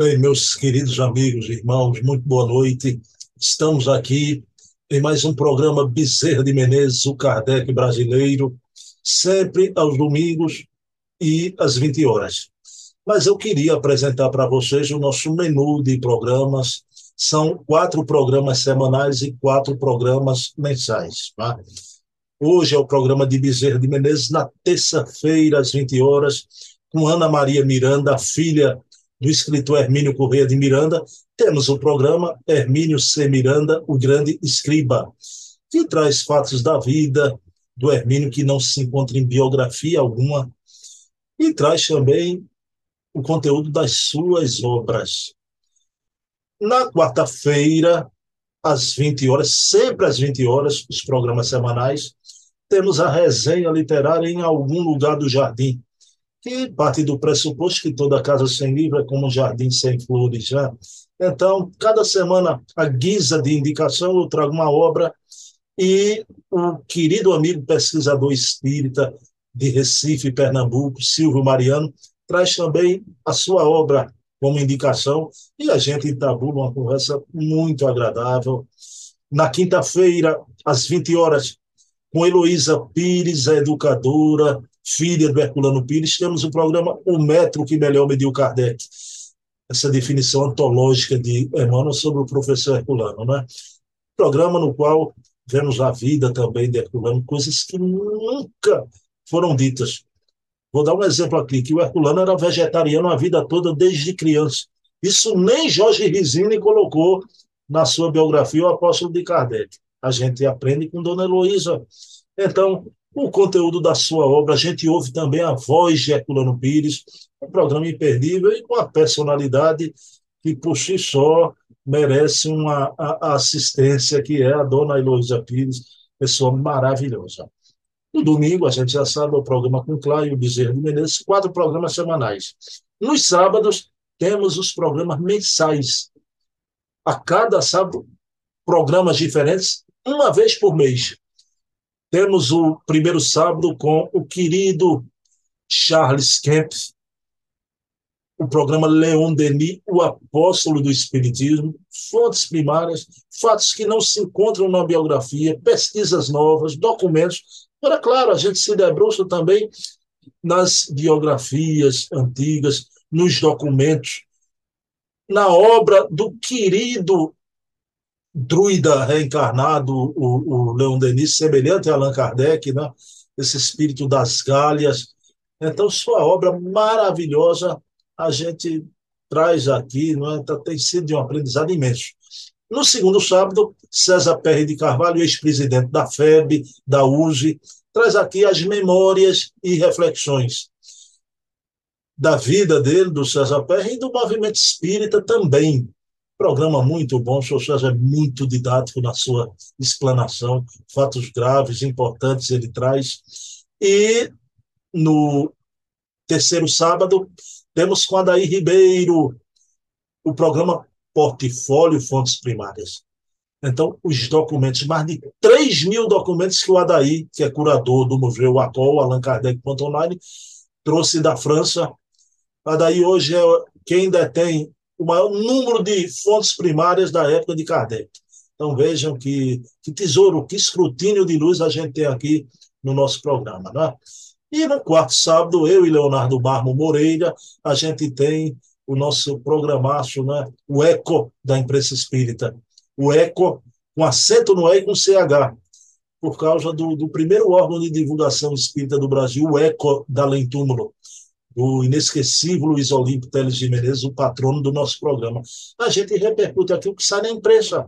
Bem, meus queridos amigos, irmãos, muito boa noite. Estamos aqui em mais um programa Bezerra de Menezes, o Kardec brasileiro, sempre aos domingos e às 20 horas. Mas eu queria apresentar para vocês o nosso menu de programas. São 4 programas semanais e 4 programas mensais. Tá? Hoje é o programa de Bezerra de Menezes, na terça-feira, às 20 horas, com Ana Maria Miranda, a filha do escritor Hermínio Corrêa de Miranda. Temos o programa Hermínio C. Miranda, o grande escriba, que traz fatos da vida do Hermínio que não se encontra em biografia alguma, e traz também o conteúdo das suas obras. Na quarta-feira, às 20 horas, sempre às 20 horas, os programas semanais, temos a resenha literária em algum lugar do jardim, que parte do pressuposto que toda casa sem livro é como um jardim sem flores, né? Então, cada semana, à guisa de indicação, eu trago uma obra e o querido amigo pesquisador espírita de Recife, Pernambuco, Silvio Mariano, traz também a sua obra como indicação e a gente entabula uma conversa muito agradável. Na quinta-feira, às 20 horas, com Heloísa Pires, a educadora, filha do Herculano Pires, temos o programa O Metro que Melhor Mediu Kardec. Essa definição antológica de Emmanuel sobre o professor Herculano, né? Programa no qual vemos a vida também de Herculano, coisas que nunca foram ditas. Vou dar um exemplo aqui, que o Herculano era vegetariano a vida toda, desde criança. Isso nem Jorge Risini colocou na sua biografia, o Apóstolo de Kardec. A gente aprende com Dona Heloísa. Então, o conteúdo da sua obra, a gente ouve também a voz de Herculano Pires, um programa imperdível e com a personalidade que, por si só, merece a assistência, que é a Dona Heloísa Pires, pessoa maravilhosa. No domingo, a gente já sabe, o programa com Cláudio Bezerra de Menezes, 4 programas semanais. Nos sábados, temos os programas mensais. A cada sábado, programas diferentes, uma vez por mês. Temos o primeiro sábado com o querido Charles Kemp, o programa Leon Denis, o apóstolo do Espiritismo, fontes primárias, fatos que não se encontram na biografia, pesquisas novas, documentos. Agora, claro, a gente se debruça também nas biografias antigas, nos documentos, na obra do querido druida reencarnado, o Leon Denis, semelhante a Allan Kardec, né? Esse espírito das Galhas. Então, sua obra maravilhosa, a gente traz aqui, não é? Tem sido de um aprendizado imenso. No segundo sábado, César Perry de Carvalho, ex-presidente da FEB, da USE, traz aqui as memórias e reflexões da vida dele, do César Perry, e do movimento espírita também. Programa muito bom, o senhor César é muito didático na sua explanação, fatos graves, importantes ele traz. E no terceiro sábado, temos com Adair Ribeiro o programa Portfólio Fontes Primárias. Então, os documentos, mais de 3.000 documentos que o Adair, que é curador do Museu ACOL, Allan Kardec.online, trouxe da França. Adair hoje é quem detém o maior número de fontes primárias da época de Kardec. Então vejam que tesouro, que escrutínio de luz a gente tem aqui no nosso programa. Né? E no quarto sábado, eu e Leonardo Marmo Moreira, a gente tem o nosso programaço, né? O ECO da imprensa espírita. O ECO, com acento no E e com CH, por causa do primeiro órgão de divulgação espírita do Brasil, o ECO da Além Túmulo, do inesquecível Luiz Olímpio Teles de Menezes, o patrono do nosso programa. A gente repercute aquilo que sai na imprensa.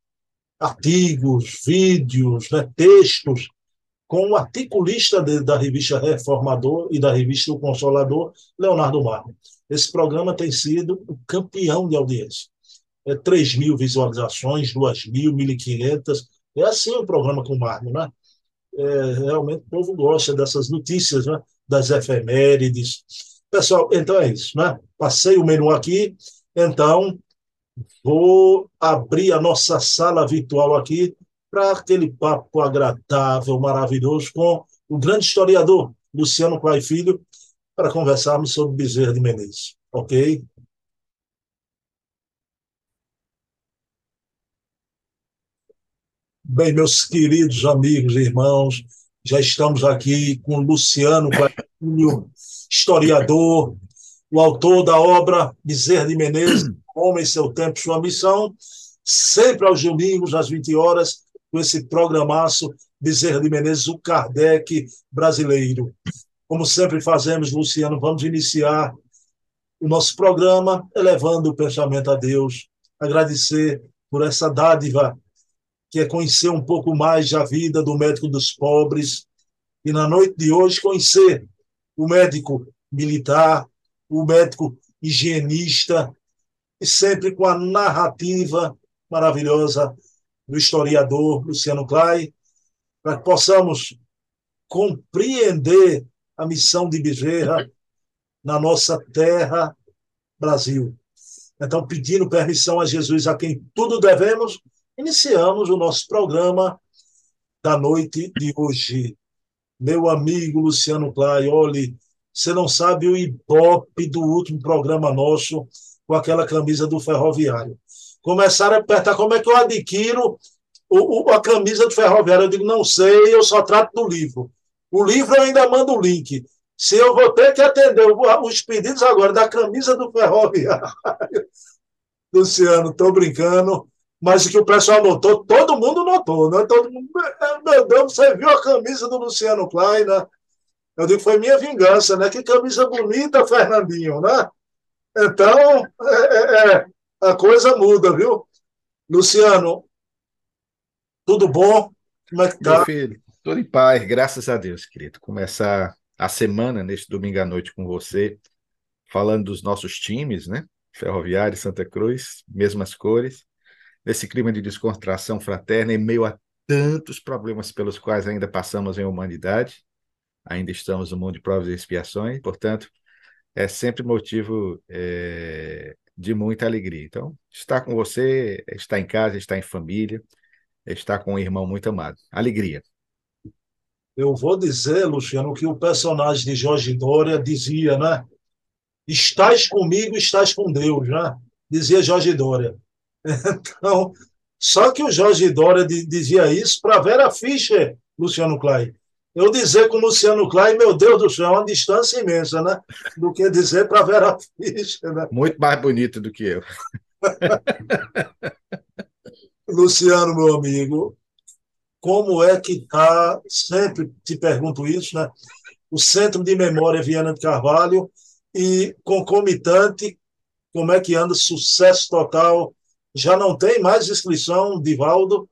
Artigos, vídeos, né, textos, com o articulista da revista Reformador e da revista O Consolador, Leonardo Marmo. Esse programa tem sido o campeão de audiência. 3.000 visualizações, 2.000, 1.500. É assim o programa com o Marmo, né? Realmente o povo gosta dessas notícias, né? Das efemérides. Pessoal, então é isso, né? Passei o menu aqui, então vou abrir a nossa sala virtual aqui para aquele papo agradável, maravilhoso, com o grande historiador Luciano, Clay, Filho, para conversarmos sobre Bezerra de Menezes. Ok? Bem, meus queridos amigos e irmãos, já estamos aqui com Luciano Clarinho, historiador, o autor da obra Bezerra de Menezes, Homem, Seu Tempo, Sua Missão, sempre aos domingos, às 20 horas, com esse programaço Bezerra de Menezes, o Kardec brasileiro. Como sempre fazemos, Luciano, vamos iniciar o nosso programa elevando o pensamento a Deus, agradecer por essa dádiva que é conhecer um pouco mais da vida do médico dos pobres, e na noite de hoje conhecer o médico militar, o médico higienista, e sempre com a narrativa maravilhosa do historiador Luciano Clay, para que possamos compreender a missão de Bezerra na nossa terra, Brasil. Então, pedindo permissão a Jesus, a quem tudo devemos, iniciamos o nosso programa da noite de hoje. Meu amigo Luciano Clay, olhe, você não sabe o ibope do último programa nosso com aquela camisa do Ferroviário. Começaram a perguntar como é que eu adquiro a camisa do Ferroviário. Eu digo, não sei, eu só trato do livro. O livro eu ainda mando o link. Se eu vou ter que atender os pedidos agora da camisa do Ferroviário, Luciano, estou brincando, mas o que o pessoal notou, todo mundo notou, né? Todo mundo, meu Deus, você viu a camisa do Luciano Klein, né? Eu digo, foi minha vingança, né? Que camisa bonita, Fernandinho, né? Então, a coisa muda, viu? Luciano, tudo bom? Como é que Meu tá? filho, tudo em paz, graças a Deus, querido. Começar a semana neste domingo à noite com você, falando dos nossos times, né? Ferroviário, Santa Cruz, mesmas cores, nesse clima de descontração fraterna, em meio a tantos problemas pelos quais ainda passamos em humanidade, ainda estamos no mundo de provas e expiações, portanto, é sempre motivo de muita alegria. Então, estar com você, estar em casa, estar em família, estar com um irmão muito amado. Alegria. Eu vou dizer, Luciano, que o personagem de Jorge Dória dizia, né? Estás comigo, estás com Deus, né? Dizia Jorge Dória. Então, só que o Jorge Dória dizia isso para Vera Fischer, Luciano Klein. Eu dizer com o Luciano Klein, meu Deus do céu, é uma distância imensa, né? Do que dizer para Vera Fischer, né? Muito mais bonito do que eu. Luciano, meu amigo, como é que está? Sempre te pergunto isso, né? O Centro de Memória Viana de Carvalho e concomitante, como é que anda? Sucesso total. Já não tem mais inscrição, Divaldo?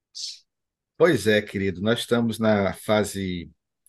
Pois é, querido, nós estamos na fase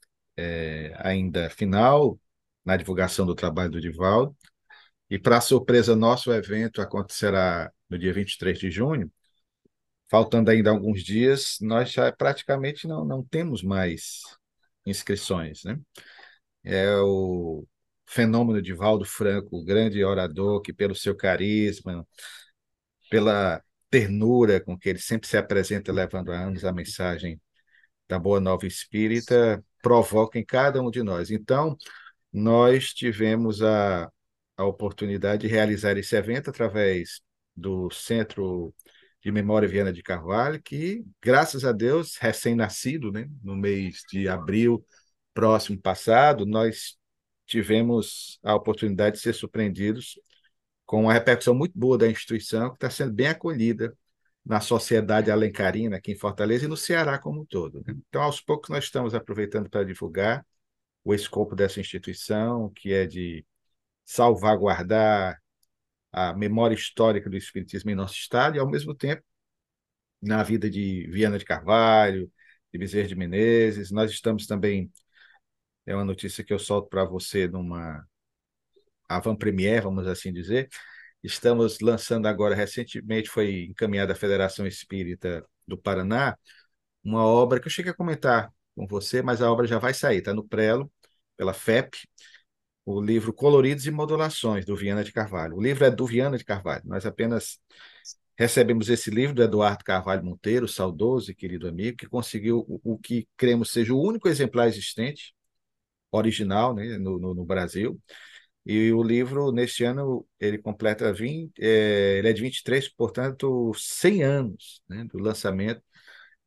ainda final, na divulgação do trabalho do Divaldo, e para surpresa nossa, o evento acontecerá no dia 23 de junho, faltando ainda alguns dias, nós já praticamente não temos mais inscrições, né? É o fenômeno Divaldo Franco, o grande orador que, pelo seu carisma, pela ternura com que ele sempre se apresenta, levando a anos a mensagem da Boa Nova Espírita, provoca em cada um de nós. Então, nós tivemos a oportunidade de realizar esse evento através do Centro de Memória Viana de Carvalho, que, graças a Deus, recém-nascido, né, no mês de abril próximo passado, nós tivemos a oportunidade de ser surpreendidos com uma repercussão muito boa da instituição, que está sendo bem acolhida na sociedade alencarina aqui em Fortaleza e no Ceará como um todo, né? Então, aos poucos, nós estamos aproveitando para divulgar o escopo dessa instituição, que é de salvaguardar a memória histórica do Espiritismo em nosso Estado e, ao mesmo tempo, na vida de Viana de Carvalho, de Bezerra de Menezes. Nós estamos também, é uma notícia que eu solto para você numa avant-première, vamos assim dizer. Estamos lançando agora, recentemente foi encaminhada à Federação Espírita do Paraná, uma obra que eu cheguei a comentar com você, mas a obra já vai sair, está no prelo, pela FEP, o livro Coloridos e Modulações, do Viana de Carvalho. O livro é do Viana de Carvalho, nós apenas recebemos esse livro do Eduardo Carvalho Monteiro, saudoso e querido amigo, que conseguiu o que cremos seja o único exemplar existente, original, né, no Brasil. E o livro, neste ano, ele completa 20, ele é de 23, portanto, 100 anos, né, do lançamento.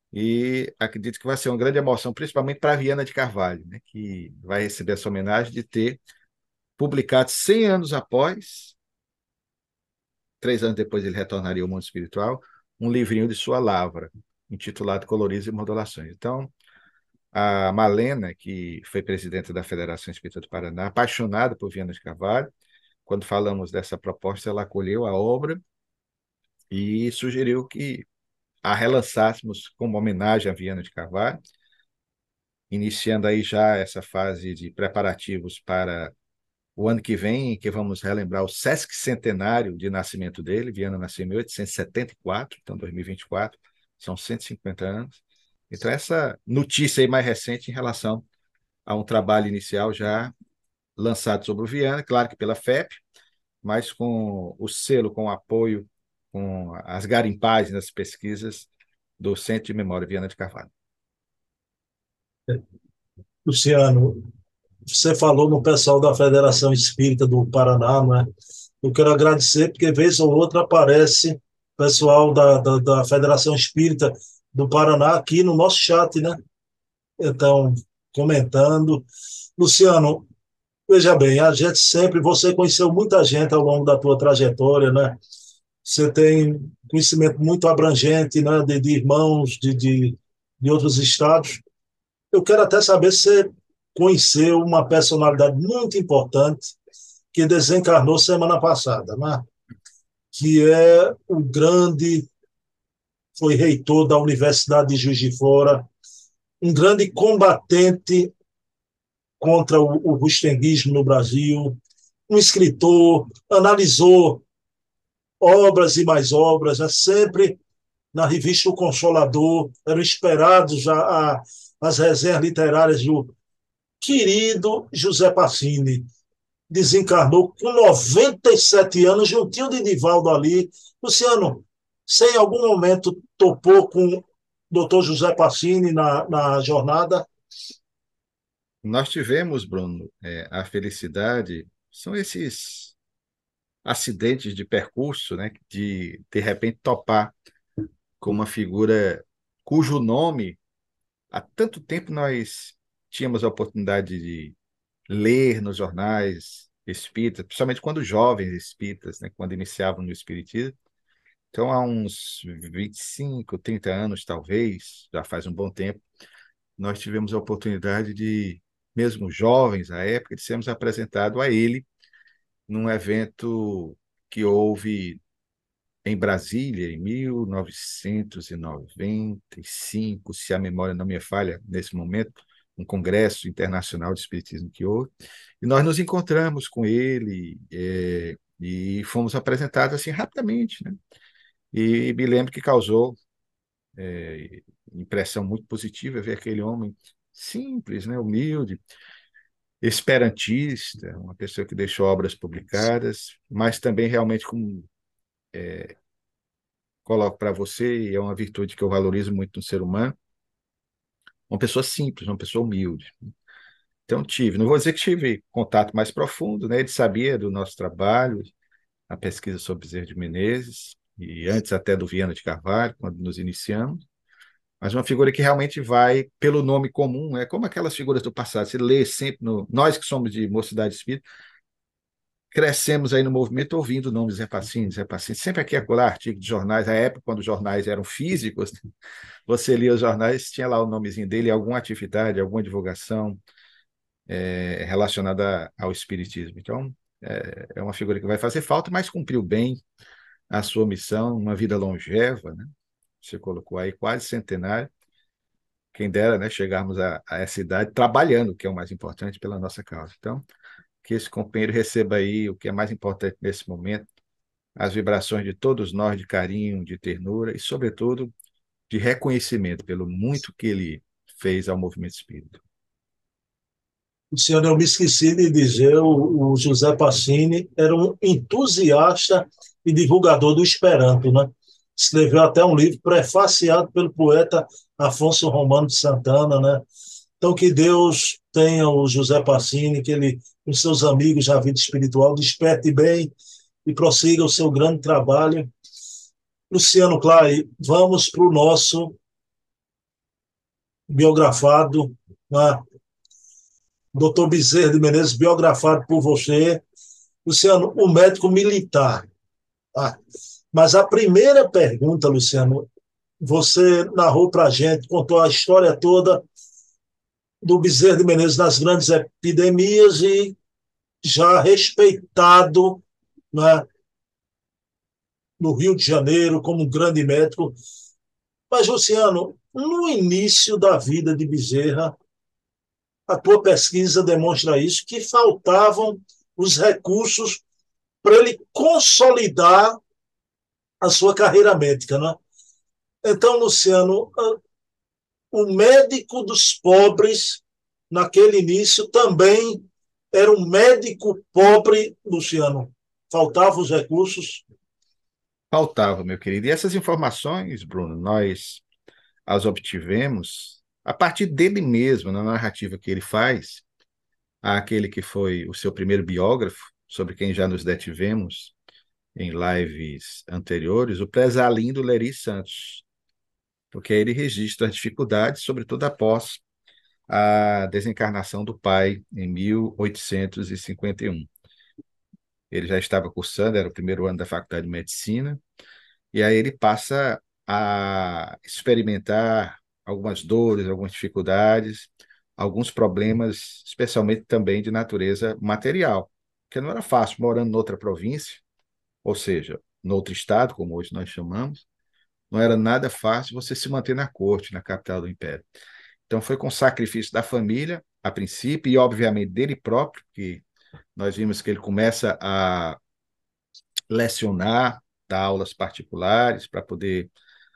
E acredito que vai ser uma grande emoção, principalmente para a Viana de Carvalho, né, que vai receber essa homenagem de ter publicado 100 anos após, 3 anos depois ele retornaria ao mundo espiritual, um livrinho de sua lavra, intitulado Coloridos e Modulações. Então, a Malena, que foi presidente da Federação Espírita do Paraná, apaixonada por Viana de Carvalho, quando falamos dessa proposta, ela acolheu a obra e sugeriu que a relançássemos como homenagem a Viana de Carvalho, iniciando aí já essa fase de preparativos para o ano que vem, em que vamos relembrar o Sesc Centenário de nascimento dele. Viana nasceu em 1874, então 2024, são 150 anos. Então, essa notícia aí mais recente em relação a um trabalho inicial já lançado sobre o Viana, claro que pela FEP, mas com o selo, com o apoio, com as garimpagens das pesquisas do Centro de Memória Viana de Carvalho. Luciano, você falou no pessoal da Federação Espírita do Paraná, não é? Eu quero agradecer, porque vez ou outra aparece pessoal da Federação Espírita do Paraná aqui no nosso chat, né? Então, comentando. Luciano, veja bem, a gente sempre, você conheceu muita gente ao longo da tua trajetória, né? Você tem conhecimento muito abrangente, né? De irmãos de outros estados. Eu quero até saber se você conheceu uma personalidade muito importante que desencarnou semana passada, né? Que é o grande, foi reitor da Universidade de Juiz de Fora, um grande combatente contra o rustenguismo no Brasil, um escritor, analisou obras e mais obras, né? Sempre na revista O Consolador, eram esperados as resenhas literárias do querido José Pacini. Desencarnou com 97 anos, juntinho de Divaldo ali. Luciano, você em algum momento topou com o doutor José Pacini na jornada? Nós tivemos, Bruno, a felicidade, são esses acidentes de percurso, né, de repente topar com uma figura cujo nome há tanto tempo nós tínhamos a oportunidade de ler nos jornais espíritas, principalmente quando jovens espíritas, né, quando iniciavam no espiritismo. Então, há uns 25, 30 anos, talvez, já faz um bom tempo, nós tivemos a oportunidade de, mesmo jovens à época, de sermos apresentados a ele num evento que houve em Brasília, em 1995, se a memória não me falha nesse momento, um congresso internacional de espiritismo que houve, e nós nos encontramos com ele e fomos apresentados assim rapidamente, né? E me lembro que causou impressão muito positiva ver aquele homem simples, né, humilde, esperantista, uma pessoa que deixou obras publicadas, mas também realmente como coloco para você, e é uma virtude que eu valorizo muito no ser humano, uma pessoa simples, uma pessoa humilde. Então tive, não vou dizer que tive contato mais profundo, né? Ele sabia do nosso trabalho, a pesquisa sobre Bezerra de Menezes, e antes até do Viana de Carvalho, quando nos iniciamos, mas uma figura que realmente vai pelo nome comum, é como aquelas figuras do passado. Você lê sempre, nós que somos de Mocidade Espírita, crescemos aí no movimento ouvindo o nome Zé Pacini, sempre aqui acolá, artigo de jornais, a época quando os jornais eram físicos, você lia os jornais, tinha lá o nomezinho dele, alguma atividade, alguma divulgação relacionada ao espiritismo. Então, é uma figura que vai fazer falta, mas cumpriu bem a sua missão, uma vida longeva, né? Você colocou aí quase centenário, quem dera, né, chegarmos a essa idade trabalhando, que é o mais importante pela nossa causa. Então, que esse companheiro receba aí o que é mais importante nesse momento, as vibrações de todos nós de carinho, de ternura e, sobretudo, de reconhecimento pelo muito que ele fez ao movimento espírita. Luciano, eu me esqueci de dizer, o José Pacini era um entusiasta e divulgador do Esperanto, né? Escreveu até um livro prefaciado pelo poeta Afonso Romano de Santana, né? Então, que Deus tenha o José Pacini, que ele, com seus amigos na vida espiritual, desperte bem e prossiga o seu grande trabalho. Luciano Clay, vamos para o nosso biografado, né? Doutor Bezerra de Menezes, biografado por você. Luciano, o médico militar. Tá? Mas a primeira pergunta, Luciano, você narrou para a gente, contou a história toda do Bezerra de Menezes nas grandes epidemias e já respeitado, né, no Rio de Janeiro como um grande médico. Mas, Luciano, no início da vida de Bezerra, a tua pesquisa demonstra isso, que faltavam os recursos para ele consolidar a sua carreira médica, né? Então, Luciano, o médico dos pobres, naquele início, também era um médico pobre, Luciano. Faltavam os recursos. Faltava, meu querido. E essas informações, Bruno, nós as obtivemos a partir dele mesmo, na narrativa que ele faz, aquele que foi o seu primeiro biógrafo, sobre quem já nos detivemos em lives anteriores, o prezalindo Leri Santos, porque ele registra as dificuldades, sobretudo após a desencarnação do pai em 1851. Ele já estava cursando, era o primeiro ano da Faculdade de Medicina, e aí ele passa a experimentar algumas dores, algumas dificuldades, alguns problemas, especialmente também de natureza material, porque não era fácil, morando noutra província, ou seja, noutro estado, como hoje nós chamamos, não era nada fácil você se manter na corte, na capital do império. Então foi com sacrifício da família, a princípio, e obviamente dele próprio, que nós vimos que ele começa a lecionar, dar aulas particulares para poder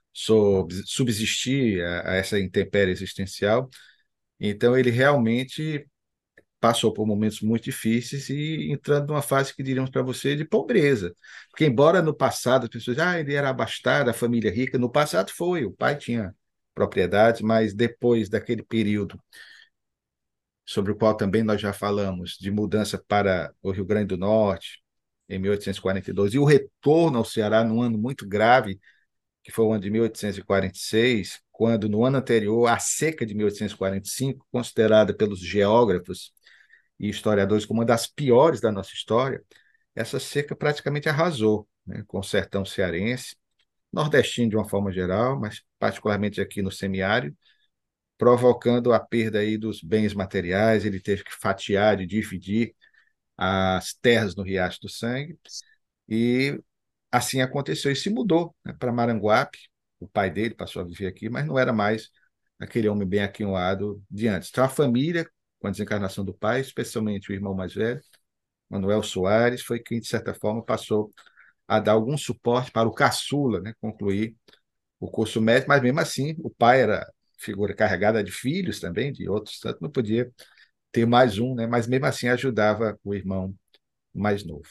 subsistir a essa intempérie existencial. Então, ele realmente passou por momentos muito difíceis e entrando numa fase que diríamos para você de pobreza. Porque, embora no passado as pessoas, ele era abastado, a família rica, no passado foi, o pai tinha propriedades, mas depois daquele período sobre o qual também nós já falamos, de mudança para o Rio Grande do Norte, em 1842, e o retorno ao Ceará num ano muito grave, que foi o ano de 1846, quando no ano anterior a seca de 1845, considerada pelos geógrafos e historiadores como uma das piores da nossa história, essa seca praticamente arrasou, né, com o sertão cearense, nordestino de uma forma geral, mas particularmente aqui no semiárido, provocando a perda aí dos bens materiais. Ele teve que fatiar e dividir as terras no Riacho do Sangue, e assim aconteceu e se mudou, né, para Maranguape. O pai dele passou a viver aqui, mas não era mais aquele homem bem aquinhoado de antes. Então, a família, com a desencarnação do pai, especialmente o irmão mais velho, Manuel Soares, foi quem, de certa forma, passou a dar algum suporte para o caçula, né, concluir o curso médico, mas mesmo assim, o pai era figura carregada de filhos também, de outros, tanto não podia ter mais um, né, mas mesmo assim ajudava o irmão mais novo.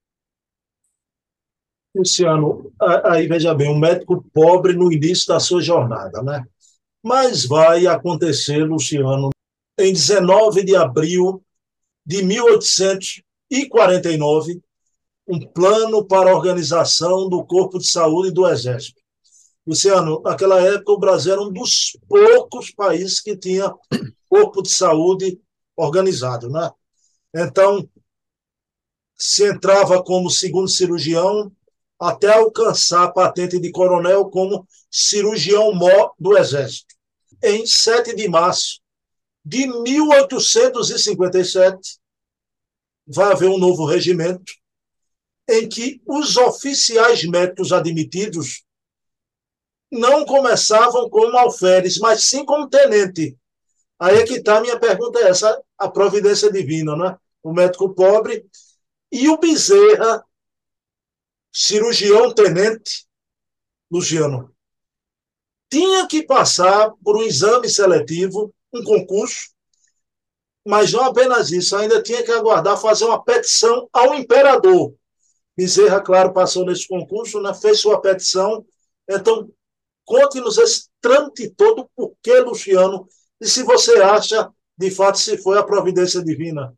Luciano, aí veja bem, um médico pobre no início da sua jornada, né? Mas vai acontecer, Luciano, em 19 de abril de 1849, um plano para a organização do Corpo de Saúde do Exército. Luciano, naquela época o Brasil era um dos poucos países que tinha corpo de saúde organizado, né? Então, se entrava como segundo cirurgião até alcançar a patente de coronel como cirurgião-mó do Exército. Em 7 de março de 1857, vai haver um novo regimento em que os oficiais médicos admitidos não começavam como alferes, mas sim como tenente. Aí é que está a minha pergunta, é essa, a providência divina, né? O médico pobre e o Bezerra, cirurgião tenente, Luciano, tinha que passar por um exame seletivo, um concurso, mas não apenas isso, ainda tinha que aguardar fazer uma petição ao imperador. Bezerra, claro, passou nesse concurso, né? Fez sua petição. Então, conte-nos esse trâmite todo, por que, Luciano, e se você acha, de fato, se foi a providência divina.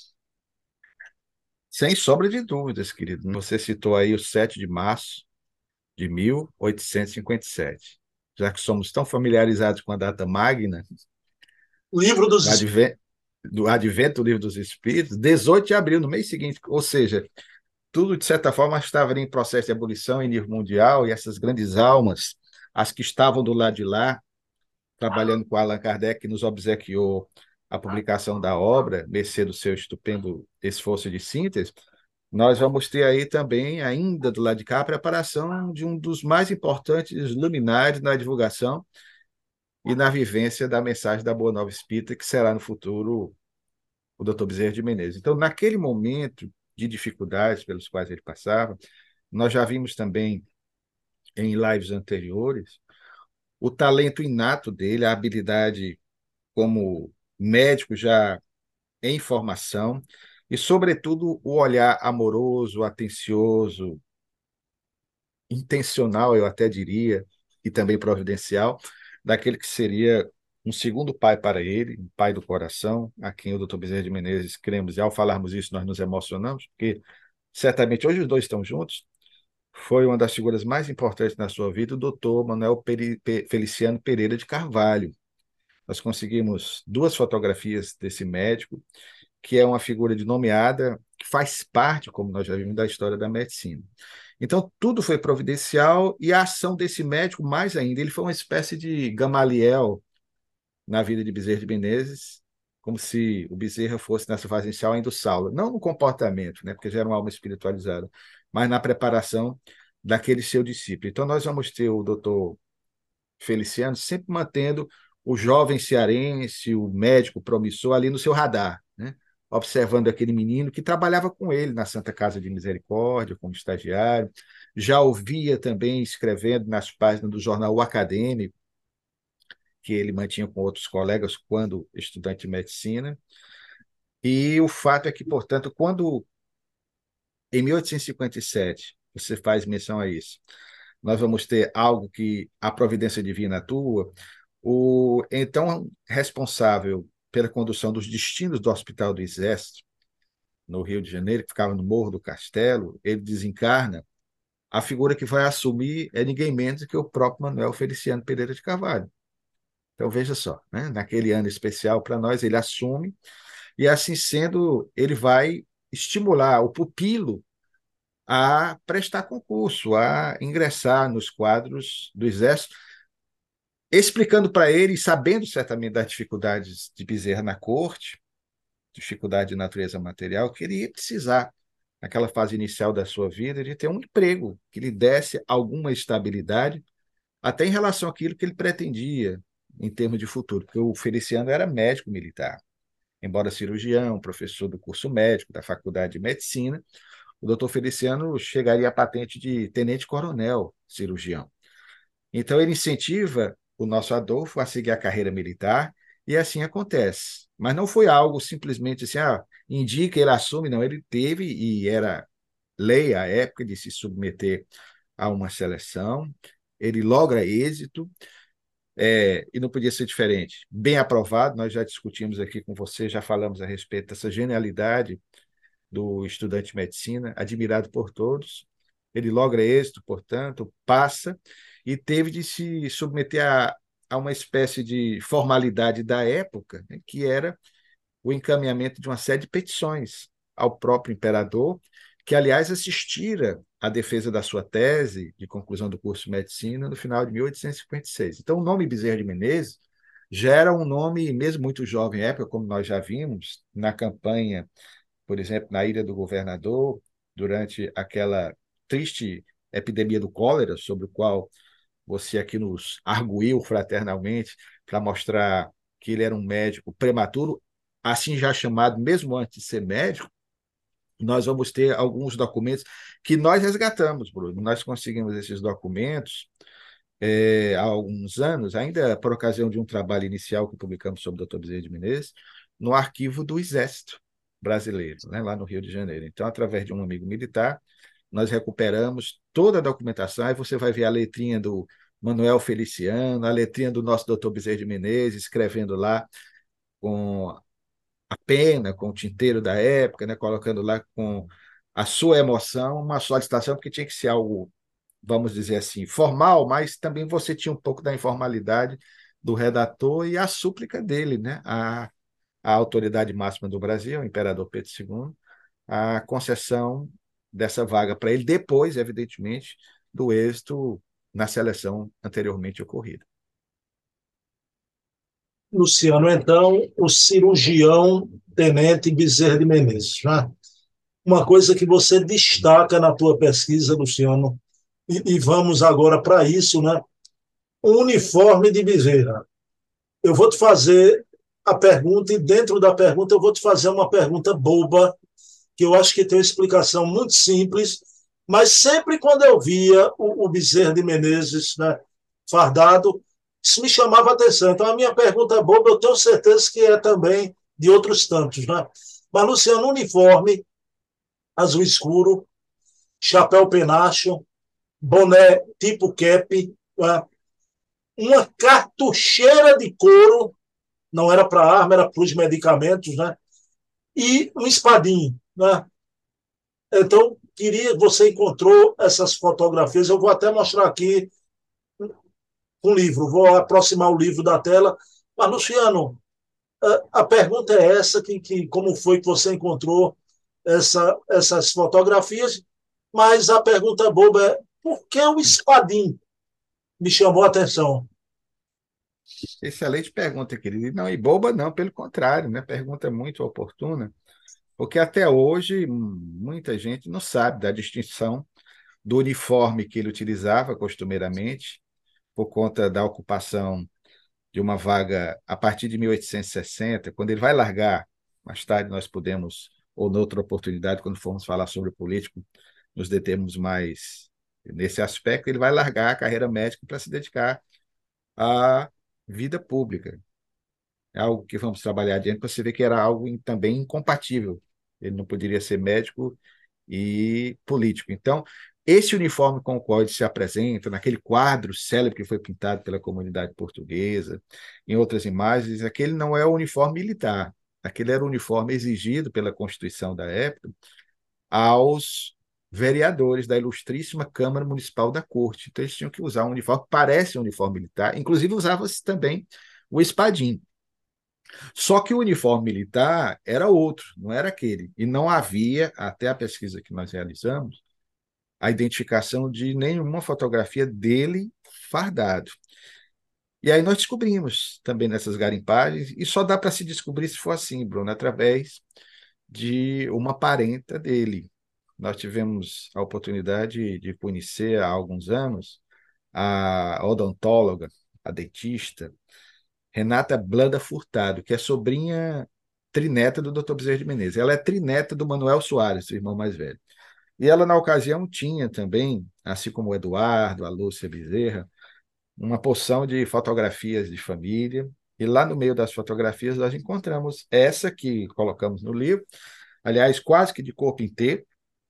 Sem sombra de dúvidas, querido. Você citou aí o 7 de março de 1857. já que somos tão familiarizados com a data magna, Livro dos do Espíritos. advento do Livro dos Espíritos, 18 de abril, no mês seguinte, ou seja, tudo, de certa forma, estava em processo de ebulição em nível mundial, e essas grandes almas, as que estavam do lado de lá, trabalhando com Allan Kardec, que nos obsequiou a publicação da obra, mercê do seu estupendo esforço de síntese, nós vamos ter aí também, ainda do lado de cá, a preparação de um dos mais importantes luminares na divulgação e na vivência da mensagem da Boa Nova Espírita, que será no futuro o Dr. Bezerra de Menezes. Então, naquele momento de dificuldades pelos quais ele passava, nós já vimos também em lives anteriores o talento inato dele, a habilidade como médico já em formação e, sobretudo, o olhar amoroso, atencioso, intencional, eu até diria, e também providencial, daquele que seria um segundo pai para ele, um pai do coração, a quem o Dr. Bezerra de Menezes cremos, e ao falarmos isso nós nos emocionamos, porque certamente hoje os dois estão juntos. Foi uma das figuras mais importantes na sua vida, o doutor Manuel Feliciano Pereira de Carvalho. Nós conseguimos duas fotografias desse médico, que é uma figura de nomeada, que faz parte, como nós já vimos, da história da medicina. Então, tudo foi providencial e a ação desse médico, mais ainda, ele foi uma espécie de Gamaliel na vida de Bezerra de Menezes, como se o Bezerra fosse, nessa fase inicial, ainda o Saulo. Não no comportamento, né, porque já era uma alma espiritualizada, mas na preparação daquele seu discípulo. Então, nós vamos ter o doutor Feliciano sempre mantendo o jovem cearense, o médico promissor ali no seu radar, né? Observando aquele menino que trabalhava com ele na Santa Casa de Misericórdia, como estagiário, já ouvia também escrevendo nas páginas do jornal O Acadêmico, que ele mantinha com outros colegas quando estudante de medicina. E o fato é que, portanto, quando em 1857 você faz menção a isso, nós vamos ter algo que a providência divina atua, o então responsável pela condução dos destinos do Hospital do Exército, no Rio de Janeiro, que ficava no Morro do Castelo, ele desencarna, a figura que vai assumir é ninguém menos que o próprio Manuel Feliciano Pereira de Carvalho. Então, veja só, né? Naquele ano especial para nós, ele assume, e assim sendo, ele vai estimular o pupilo a prestar concurso, a ingressar nos quadros do Exército, explicando para ele, sabendo certamente das dificuldades de Bezerra na corte, dificuldade de natureza material, que ele ia precisar, naquela fase inicial da sua vida, de ter um emprego que lhe desse alguma estabilidade, até em relação àquilo que ele pretendia em termos de futuro, porque o Feliciano era médico militar, embora cirurgião, professor do curso médico, da Faculdade de Medicina, o doutor Feliciano chegaria à patente de tenente-coronel cirurgião. Então, ele incentiva o nosso Adolfo a seguir a carreira militar, e assim acontece. Mas não foi algo simplesmente assim, indica, ele assume, não. Ele teve, e era lei à época, de se submeter a uma seleção, ele logra êxito, e não podia ser diferente. Bem aprovado, nós já discutimos aqui com você, já falamos a respeito dessa genialidade do estudante de medicina, admirado por todos. Ele logra êxito, portanto, passa e teve de se submeter a uma espécie de formalidade da época, né, que era o encaminhamento de uma série de petições ao próprio imperador, que, aliás, assistira à defesa da sua tese de conclusão do curso de medicina no final de 1856. Então, o nome Bezerra de Menezes já era um nome, mesmo muito jovem à época, como nós já vimos, na campanha, por exemplo, na Ilha do Governador, durante aquela triste epidemia do cólera, sobre o qual você aqui nos arguiu fraternalmente para mostrar que ele era um médico prematuro, assim já chamado, mesmo antes de ser médico. Nós vamos ter alguns documentos que nós resgatamos, Bruno. Nós conseguimos esses documentos há alguns anos, ainda por ocasião de um trabalho inicial que publicamos sobre o Dr. Bezerra de Menezes, no arquivo do Exército Brasileiro, né, lá no Rio de Janeiro. Então, através de um amigo militar, nós recuperamos toda a documentação, aí você vai ver a letrinha do Manuel Feliciano, a letrinha do nosso doutor Bezerra de Menezes, escrevendo lá com a pena, com o tinteiro da época, né, colocando lá com a sua emoção uma solicitação, porque tinha que ser algo vamos dizer assim, formal, mas também você tinha um pouco da informalidade do redator e a súplica dele, né? A autoridade máxima do Brasil, o imperador Pedro II, a concessão dessa vaga para ele, depois, evidentemente, do êxito na seleção anteriormente ocorrida. Luciano, então, o cirurgião Tenente Bezerra de Menezes, né? Uma coisa que você destaca na tua pesquisa, Luciano, e vamos agora para isso, né? O uniforme de Bezerra. Eu vou te fazer a pergunta, e dentro da pergunta eu vou te fazer uma pergunta boba, que eu acho que tem uma explicação muito simples, mas sempre quando eu via o Bezerra de Menezes, né, fardado, isso me chamava a atenção. Então, a minha pergunta é boba, eu tenho certeza que é também de outros tantos. Né? Mas, Luciano, uniforme, azul escuro, chapéu penacho, boné tipo cap, né? Uma cartucheira de couro, não era para arma, era para os medicamentos, né? E um espadinho. Né? Então, queria, você encontrou essas fotografias, eu vou até mostrar aqui um livro, vou aproximar o livro da tela. Mas, Luciano, a pergunta é essa, como foi que você encontrou essas fotografias? Mas a pergunta boba é, por que o espadim me chamou a atenção? Excelente pergunta, querido. E não, e boba não, pelo contrário, né? Pergunta muito oportuna, porque até hoje muita gente não sabe da distinção do uniforme que ele utilizava costumeiramente, por conta da ocupação de uma vaga a partir de 1860, quando ele vai largar, mais tarde nós podemos, ou noutra oportunidade, quando formos falar sobre o político, nos determos mais nesse aspecto, ele vai largar a carreira médica para se dedicar à vida pública. É algo que vamos trabalhar adiante, para você ver que era algo também incompatível. Ele não poderia ser médico e político. Então, esse uniforme com o qual ele se apresenta, naquele quadro célebre que foi pintado pela comunidade portuguesa, em outras imagens, aquele não é o uniforme militar. Aquele era o uniforme exigido pela Constituição da época aos vereadores da Ilustríssima Câmara Municipal da Corte. Então, eles tinham que usar um uniforme que parece um uniforme militar, inclusive usava-se também o espadim. Só que o uniforme militar era outro, não era aquele. E não havia, até a pesquisa que nós realizamos, a identificação de nenhuma fotografia dele fardado. E aí nós descobrimos também nessas garimpagens, e só dá para se descobrir se for assim, Bruno, através de uma parenta dele. Nós tivemos a oportunidade de conhecer há alguns anos a odontóloga, a dentista, Renata Blanda Furtado, que é sobrinha trineta do Dr. Bezerra de Menezes. Ela é trineta do Manuel Soares, seu irmão mais velho. E ela, na ocasião, tinha também, assim como o Eduardo, a Lúcia Bezerra, uma porção de fotografias de família. E lá no meio das fotografias nós encontramos essa que colocamos no livro, aliás, quase que de corpo inteiro,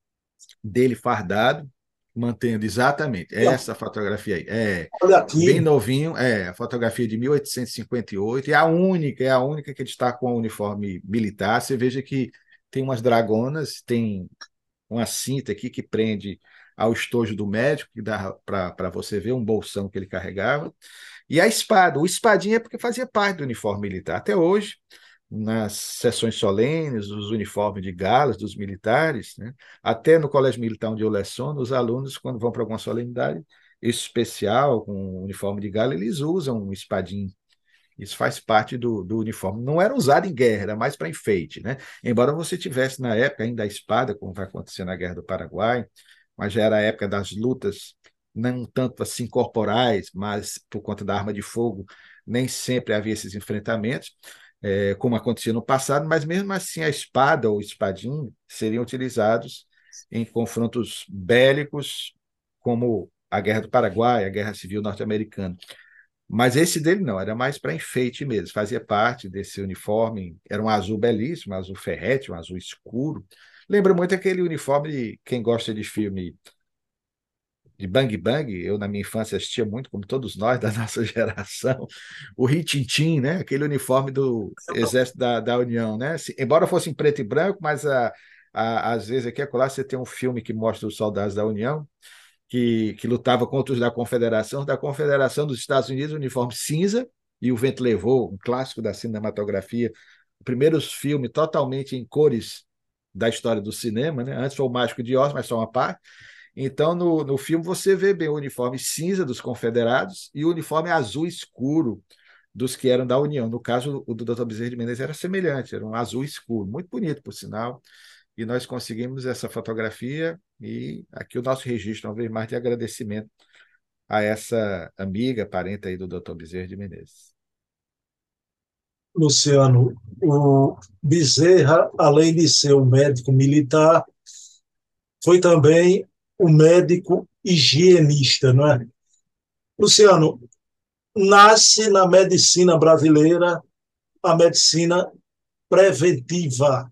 dele fardado, mantendo exatamente essa fotografia aí. Olha Bem aqui, novinho, a fotografia de 1858, é a única que ele está com o uniforme militar. Você veja que tem umas dragonas, tem uma cinta aqui que prende ao estojo do médico, que dá para você ver um bolsão que ele carregava. E a espada, o espadinho é porque fazia parte do uniforme militar. Até hoje, nas sessões solenes, os uniformes de galas dos militares, né? Até no Colégio Militar onde eu leciono, os alunos, quando vão para alguma solenidade especial, com uniforme de gala, eles usam um espadinho. Isso faz parte do uniforme. Não era usado em guerra, era mais para enfeite, né? Embora você tivesse na época ainda a espada, como vai acontecer na Guerra do Paraguai, mas já era a época das lutas, não tanto assim corporais, mas por conta da arma de fogo, nem sempre havia esses enfrentamentos, como acontecia no passado, mas mesmo assim a espada ou o espadinho seriam utilizados em confrontos bélicos, como a Guerra do Paraguai, a Guerra Civil Norte-Americana. Mas esse dele não, era mais para enfeite mesmo, fazia parte desse uniforme, era um azul belíssimo, um azul ferrete, um azul escuro. Lembra muito aquele uniforme de quem gosta de filme de Bang Bang, eu na minha infância assistia muito, como todos nós da nossa geração, o Rin-Tin-Tin, né? Aquele uniforme do Exército da União, né? Embora fosse em preto e branco, mas às vezes aqui e acolá você tem um filme que mostra os soldados da União, que lutava contra os da Confederação dos Estados Unidos, uniforme cinza, e O Vento Levou, um clássico da cinematografia, o primeiro filme totalmente em cores da história do cinema, né? Antes foi o Mágico de Oz, mas só uma parte. Então, no filme, você vê bem o uniforme cinza dos confederados e o uniforme azul escuro dos que eram da União. No caso, o do Dr. Bezerra de Menezes era semelhante, era um azul escuro, muito bonito, por sinal. E nós conseguimos essa fotografia e aqui o nosso registro, uma vez mais, de agradecimento a essa amiga, parente aí do Dr. Bezerra de Menezes. Luciano, o Bezerra, além de ser um médico militar, foi também um médico higienista, não é? Luciano, nasce na medicina brasileira a medicina preventiva.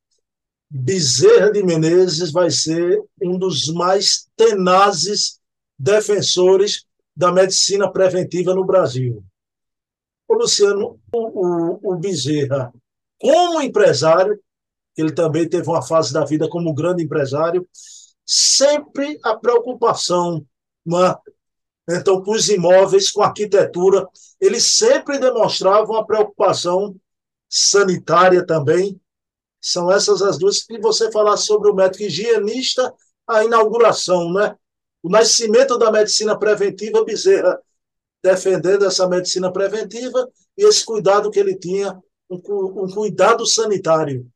Bezerra de Menezes vai ser um dos mais tenazes defensores da medicina preventiva no Brasil. O Luciano, o Bezerra, como empresário, ele também teve uma fase da vida como grande empresário, sempre a preocupação, né? Então, com os imóveis, com a arquitetura, ele sempre demonstrava uma preocupação sanitária também. São essas as duas que você falar sobre o médico higienista, a inauguração, né? O nascimento da medicina preventiva, Bezerra defendendo essa medicina preventiva e esse cuidado que ele tinha, um cuidado sanitário.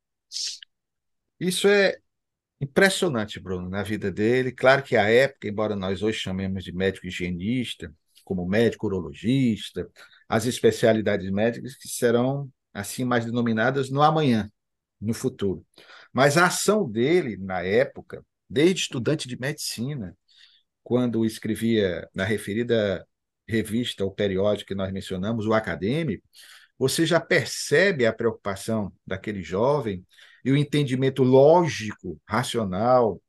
Isso é impressionante, Bruno, na vida dele. Claro que a época, embora nós hoje chamemos de médico higienista, como médico urologista, as especialidades médicas que serão assim mais denominadas no amanhã, no futuro. Mas a ação dele na época, desde estudante de medicina, quando escrevia na referida revista ou periódico que nós mencionamos, o Acadêmico, você já percebe a preocupação daquele jovem e o entendimento lógico, racional,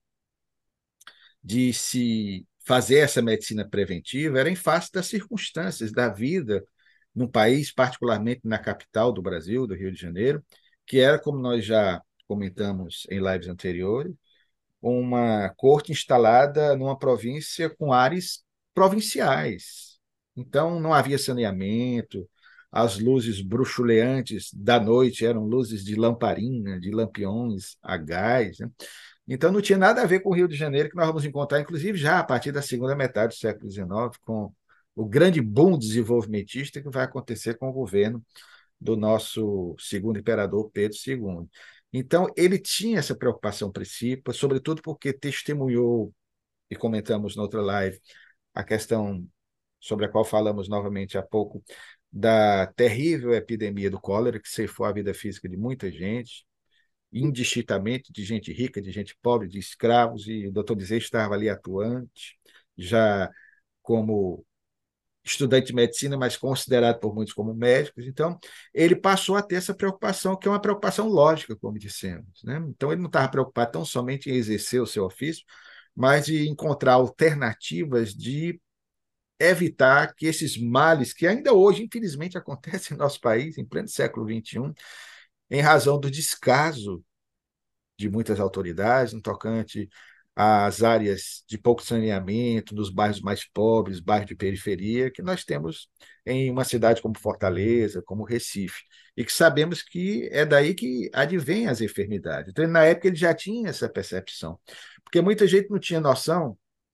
de se fazer essa medicina preventiva era em face das circunstâncias da vida num país, particularmente na capital do Brasil, do Rio de Janeiro, que era, como nós já comentamos em lives anteriores, uma corte instalada numa província com áreas provinciais. Então, não havia saneamento, as luzes bruxuleantes da noite eram luzes de lamparina, de lampiões a gás, né? Então, não tinha nada a ver com o Rio de Janeiro, que nós vamos encontrar, inclusive, já a partir da segunda metade do século XIX, com o grande boom desenvolvimentista que vai acontecer com o governo do nosso segundo imperador Pedro II. Então, ele tinha essa preocupação principal, sobretudo porque testemunhou, e comentamos noutra live, a questão sobre a qual falamos novamente há pouco, da terrível epidemia do cólera, que ceifou a vida física de muita gente, indistintamente de gente rica, de gente pobre, de escravos, e o doutor Bezerra estava ali atuante, já como estudante de medicina, mas considerado por muitos como médicos. Então, ele passou a ter essa preocupação, que é uma preocupação lógica, como dissemos, né? Então, ele não estava preocupado tão somente em exercer o seu ofício, mas de encontrar alternativas de evitar que esses males, que ainda hoje, infelizmente, acontecem no nosso país, em pleno século XXI, em razão do descaso de muitas autoridades no tocante às áreas de pouco saneamento, nos bairros mais pobres, bairros de periferia, que nós temos em uma cidade como Fortaleza, como Recife, e que sabemos que é daí que advêm as enfermidades. Então, na época, ele já tinha essa percepção, porque muita gente não tinha noção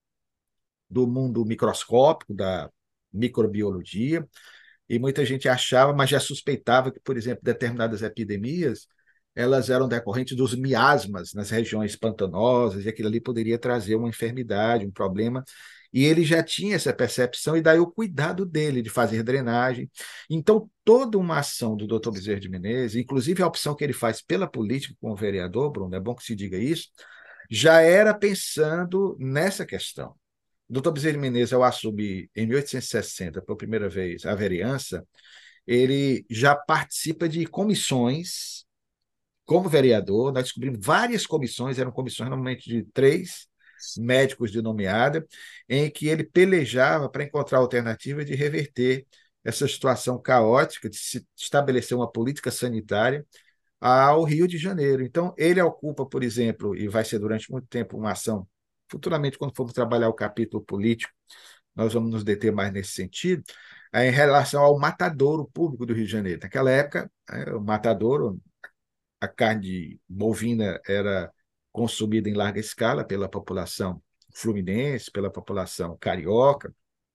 do mundo microscópico, da microbiologia, e muita gente achava, mas já suspeitava que, por exemplo, determinadas epidemias elas eram decorrentes dos miasmas nas regiões pantanosas, e aquilo ali poderia trazer uma enfermidade, um problema. E ele já tinha essa percepção, e daí o cuidado dele de fazer drenagem. Então, toda uma ação do doutor Bezerra de Menezes, inclusive a opção que ele faz pela política como vereador, Bruno, é bom que se diga isso, já era pensando nessa questão. O doutor Bezerra de Menezes, ao assumir em 1860, pela primeira vez, a vereança, ele já participa de comissões como vereador. Nós descobrimos várias comissões, eram comissões normalmente de 3 médicos de nomeada, em que ele pelejava para encontrar alternativa de reverter essa situação caótica, de se estabelecer uma política sanitária ao Rio de Janeiro. Então, ele ocupa, por exemplo, e vai ser durante muito tempo uma ação futuramente, quando formos trabalhar o capítulo político, nós vamos nos deter mais nesse sentido, em relação ao matadouro público do Rio de Janeiro. Naquela época, o matadouro, a carne bovina era consumida em larga escala pela população fluminense, pela população carioca,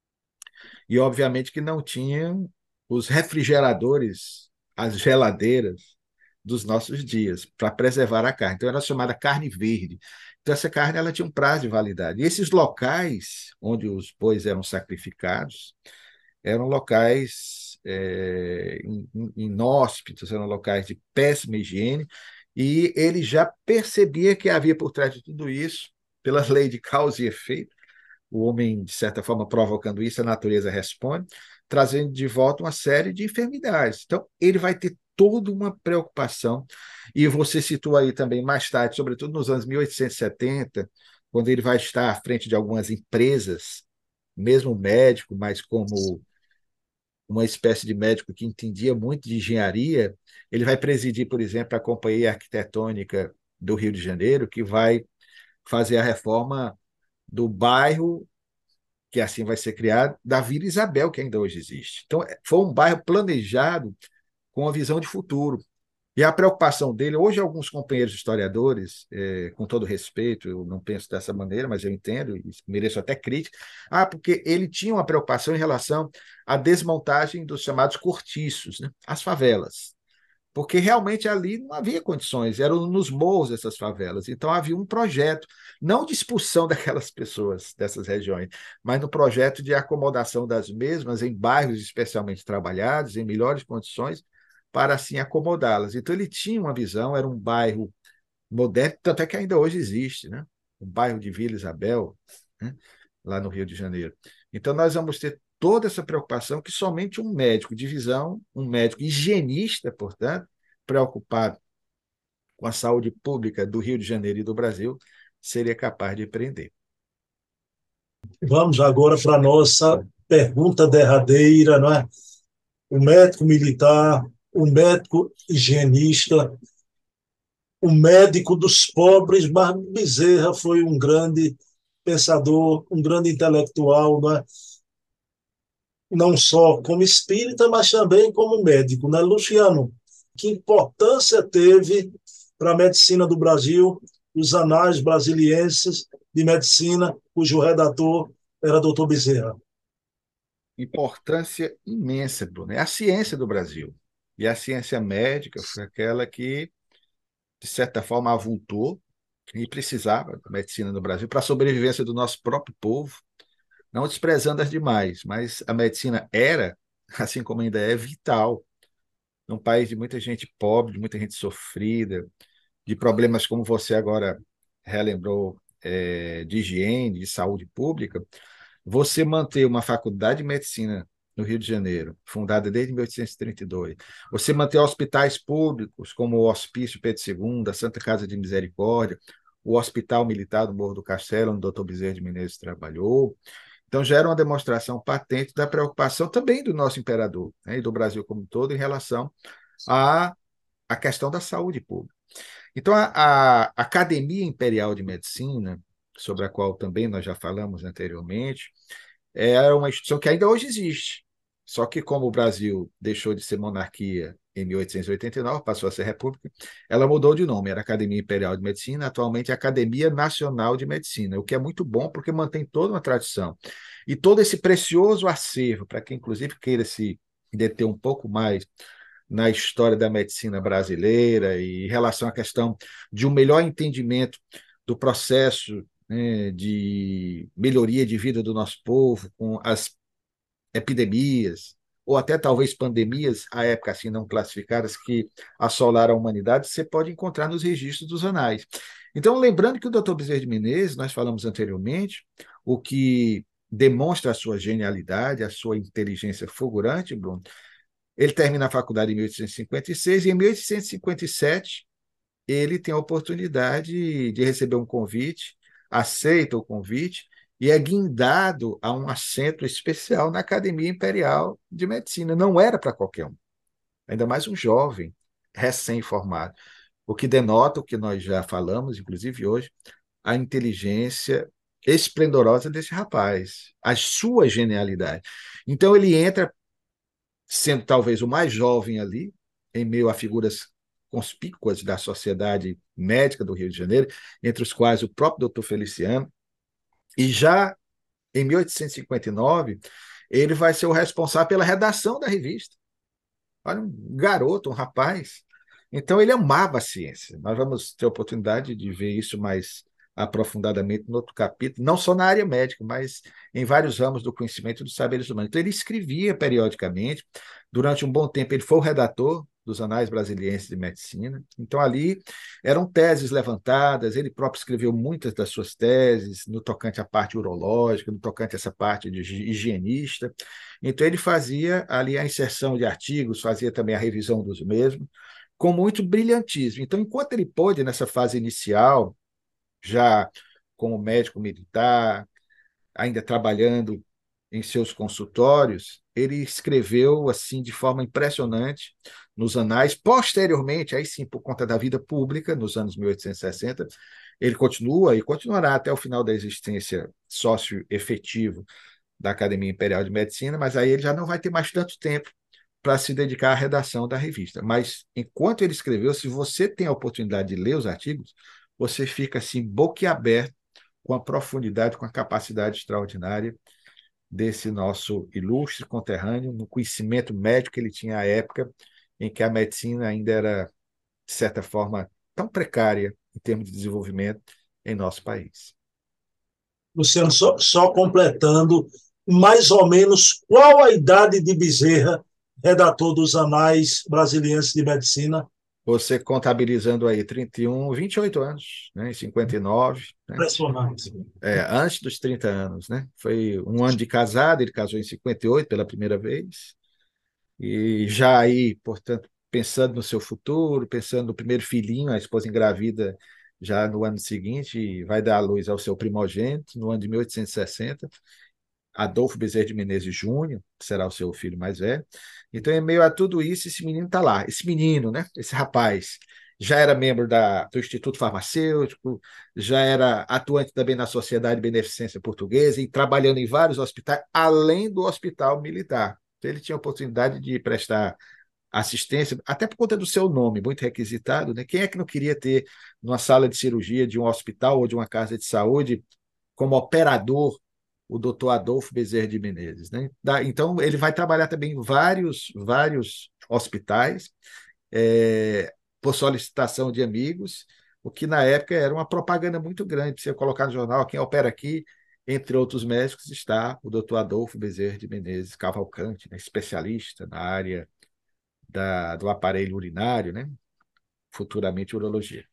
e obviamente que não tinham os refrigeradores, as geladeiras dos nossos dias para preservar a carne. Então era chamada carne verde. Então essa carne ela tinha um prazo de validade. E esses locais onde os bois eram sacrificados eram locais inóspitos, eram locais de péssima higiene, e ele já percebia que havia por trás de tudo isso, pelas leis de causa e efeito, o homem, de certa forma, provocando isso, a natureza responde, trazendo de volta uma série de enfermidades. Então, ele vai ter toda uma preocupação, e você citou aí também mais tarde, sobretudo nos anos 1870, quando ele vai estar à frente de algumas empresas, mesmo médico, mas como uma espécie de médico que entendia muito de engenharia, ele vai presidir, por exemplo, a Companhia Arquitetônica do Rio de Janeiro, que vai fazer a reforma do bairro que assim vai ser criado, da Vila Isabel, que ainda hoje existe. Então, foi um bairro planejado com uma visão de futuro. E a preocupação dele, hoje alguns companheiros historiadores, com todo respeito, eu não penso dessa maneira, mas eu entendo e mereço até crítica, porque ele tinha uma preocupação em relação à desmontagem dos chamados cortiços, né? As favelas, porque realmente ali não havia condições, eram nos morros dessas favelas. Então havia um projeto, não de expulsão daquelas pessoas dessas regiões, mas no projeto de acomodação das mesmas em bairros especialmente trabalhados, em melhores condições, para assim acomodá-las. Então ele tinha uma visão, era um bairro moderno, tanto é que ainda hoje existe, né? O bairro de Vila Isabel, né? Lá no Rio de Janeiro. Então nós vamos ter toda essa preocupação que somente um médico de visão, um médico higienista, portanto, preocupado com a saúde pública do Rio de Janeiro e do Brasil, seria capaz de prender. Vamos agora para a nossa pergunta derradeira, não é? O médico militar, o médico higienista, o médico dos pobres, mas Bezerra foi um grande pensador, um grande intelectual, não é? Não só como espírita, mas também como médico, né, Luciano? Que importância teve para a medicina do Brasil os Anais Brasilienses de Medicina, cujo redator era Dr. Bezerra? Importância imensa, Bruno. É a ciência do Brasil. E a ciência médica foi aquela que, de certa forma, avultou e precisava da medicina no Brasil para a sobrevivência do nosso próprio povo, não desprezando as demais, mas a medicina era, assim como ainda é, vital num país de muita gente pobre, de muita gente sofrida, de problemas como você agora relembrou, de higiene, de saúde pública. Você manter uma faculdade de medicina no Rio de Janeiro, fundada desde 1832, você manter hospitais públicos como o Hospício Pedro II, a Santa Casa de Misericórdia, o Hospital Militar do Morro do Castelo, onde o doutor Bezerra de Menezes trabalhou. Então, já era uma demonstração patente da preocupação também do nosso imperador, né, e do Brasil como um todo em relação à, à questão da saúde pública. Então, a Academia Imperial de Medicina, sobre a qual também nós já falamos anteriormente, era uma instituição que ainda hoje existe. Só que, como o Brasil deixou de ser monarquia em 1889, passou a ser república, ela mudou de nome, era Academia Imperial de Medicina, atualmente é Academia Nacional de Medicina, o que é muito bom porque mantém toda uma tradição. E todo esse precioso acervo, para quem, inclusive, queira se deter um pouco mais na história da medicina brasileira e em relação à questão de um melhor entendimento do processo, né, de melhoria de vida do nosso povo, com as epidemias, ou até talvez pandemias, à época assim não classificadas, que assolaram a humanidade, você pode encontrar nos registros dos anais. Então, lembrando que o Dr. Bezerra de Menezes, nós falamos anteriormente, o que demonstra a sua genialidade, a sua inteligência fulgurante, Bruno, ele termina a faculdade em 1856 e em 1857 ele tem a oportunidade de receber um convite, aceita o convite e é guindado a um assento especial na Academia Imperial de Medicina. Não era para qualquer um, ainda mais um jovem recém-formado, o que denota o que nós já falamos, inclusive hoje, a inteligência esplendorosa desse rapaz, a sua genialidade. Então ele entra, sendo talvez o mais jovem ali, em meio a figuras conspícuas da sociedade médica do Rio de Janeiro, entre os quais o próprio doutor Feliciano, e já em 1859, ele vai ser o responsável pela redação da revista. Olha, um garoto, um rapaz. Então, ele amava a ciência. Nós vamos ter a oportunidade de ver isso mais aprofundadamente no outro capítulo, não só na área médica, mas em vários ramos do conhecimento dos saberes humanos. Então, ele escrevia periodicamente. Durante um bom tempo, ele foi o redator dos Anais Brasilienses de Medicina. Então, ali eram teses levantadas, ele próprio escreveu muitas das suas teses no tocante à parte urológica, no tocante a essa parte de higienista. Então, ele fazia ali a inserção de artigos, fazia também a revisão dos mesmos, com muito brilhantismo. Então, enquanto ele pôde, nessa fase inicial, já como médico militar, ainda trabalhando em seus consultórios, ele escreveu assim de forma impressionante nos anais. Posteriormente, aí sim, por conta da vida pública, nos anos 1860, ele continua e continuará até o final da existência sócio-efetivo da Academia Imperial de Medicina, mas aí ele já não vai ter mais tanto tempo para se dedicar à redação da revista. Mas enquanto ele escreveu, se você tem a oportunidade de ler os artigos, você fica assim boquiaberto com a profundidade, com a capacidade extraordinária desse nosso ilustre conterrâneo, no conhecimento médico que ele tinha à época em que a medicina ainda era, de certa forma, tão precária em termos de desenvolvimento em nosso país. Luciano, só completando, mais ou menos qual a idade de Bezerra, redator dos Anais Brasilienses de Medicina? Você contabilizando aí 31, 28 anos, né, em 59, né, Impressionante. antes dos 30 anos, né? Foi um ano de casado, ele casou em 58 pela primeira vez, e já aí, portanto, pensando no seu futuro, pensando no primeiro filhinho, a esposa engravida já no ano seguinte, e vai dar à luz ao seu primogênito, no ano de 1860, Adolfo Bezerra de Menezes Júnior, que será o seu filho mais velho. Então, em meio a tudo isso, esse menino está lá. Esse menino, né? Esse rapaz, já era membro do Instituto Farmacêutico, já era atuante também na Sociedade de Beneficência Portuguesa e trabalhando em vários hospitais, além do Hospital Militar. Então, ele tinha a oportunidade de prestar assistência, até por conta do seu nome, muito requisitado, né? Quem é que não queria ter numa sala de cirurgia de um hospital ou de uma casa de saúde como operador o doutor Adolfo Bezerra de Menezes, né? Então, ele vai trabalhar também em vários hospitais, por solicitação de amigos, o que na época era uma propaganda muito grande. Você colocar no jornal, quem opera aqui, entre outros médicos, está o doutor Adolfo Bezerra de Menezes Cavalcante, né? Especialista na área do aparelho urinário, né? Futuramente urologia.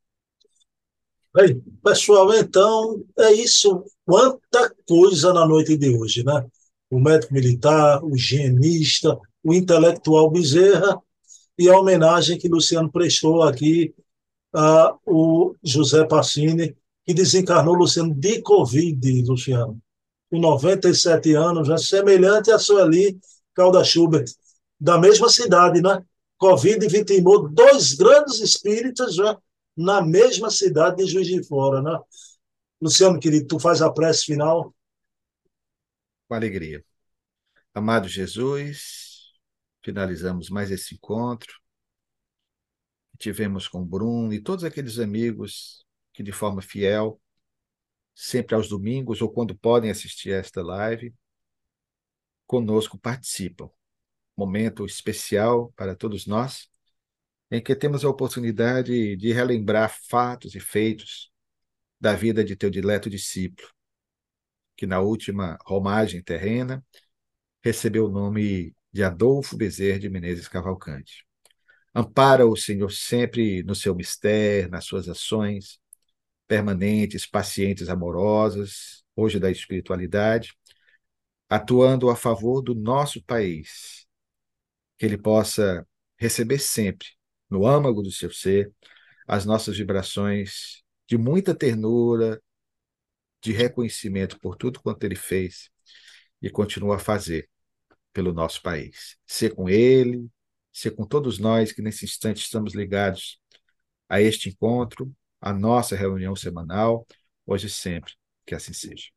Bem, pessoal, então é isso. Quanta coisa na noite de hoje, né? O médico militar, o higienista, o intelectual Bezerra e a homenagem que Luciano prestou aqui a o José Pacini, que desencarnou Luciano de Covid, Luciano, com 97 anos, já semelhante a Sueli Calda Schubert, da mesma cidade, né? Covid vitimou dois grandes espíritas já na mesma cidade de Juiz de Fora, né? Luciano, querido, tu faz a prece final? Com alegria. Amado Jesus, finalizamos mais esse encontro. Tivemos com o Bruno e todos aqueles amigos que, de forma fiel, sempre aos domingos ou quando podem assistir a esta live, conosco participam. Momento especial para todos nós, em que temos a oportunidade de relembrar fatos e feitos da vida de teu dileto discípulo, que na última romagem terrena recebeu o nome de Adolfo Bezerra de Menezes Cavalcante. Ampara o Senhor sempre no seu mistério, nas suas ações permanentes, pacientes, amorosas, hoje da espiritualidade, atuando a favor do nosso país, que ele possa receber sempre, no âmago do seu ser, as nossas vibrações de muita ternura, de reconhecimento por tudo quanto ele fez e continua a fazer pelo nosso país. Ser com ele, ser com todos nós que nesse instante estamos ligados a este encontro, a nossa reunião semanal, hoje e sempre. Que assim seja.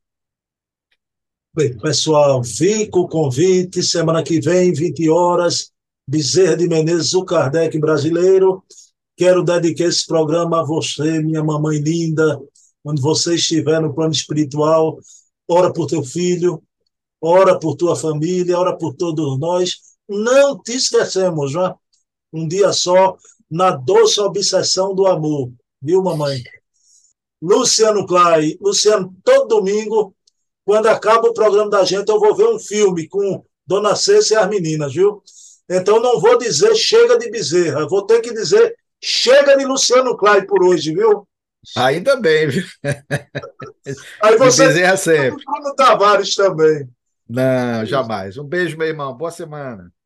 Bem, pessoal, fica o convite, semana que vem, 20 horas, Bezerra de Menezes, o Kardec brasileiro. Quero dedicar esse programa a você, minha mamãe linda, onde você estiver no plano espiritual. Ora por teu filho, ora por tua família, ora por todos nós. Não te esquecemos, não é? Um dia só, na doce obsessão do amor. Viu, mamãe? Luciano Clay. Luciano, todo domingo, quando acaba o programa da gente, eu vou ver um filme com Dona Cessa e as meninas, viu? Então não vou dizer chega de Bezerra, vou ter que dizer chega de Luciano Clay por hoje, viu? Ainda bem, viu? Aí De você Bezerra chega de sempre. Bruno Tavares também. Não, jamais. Um beijo, meu irmão. Boa semana.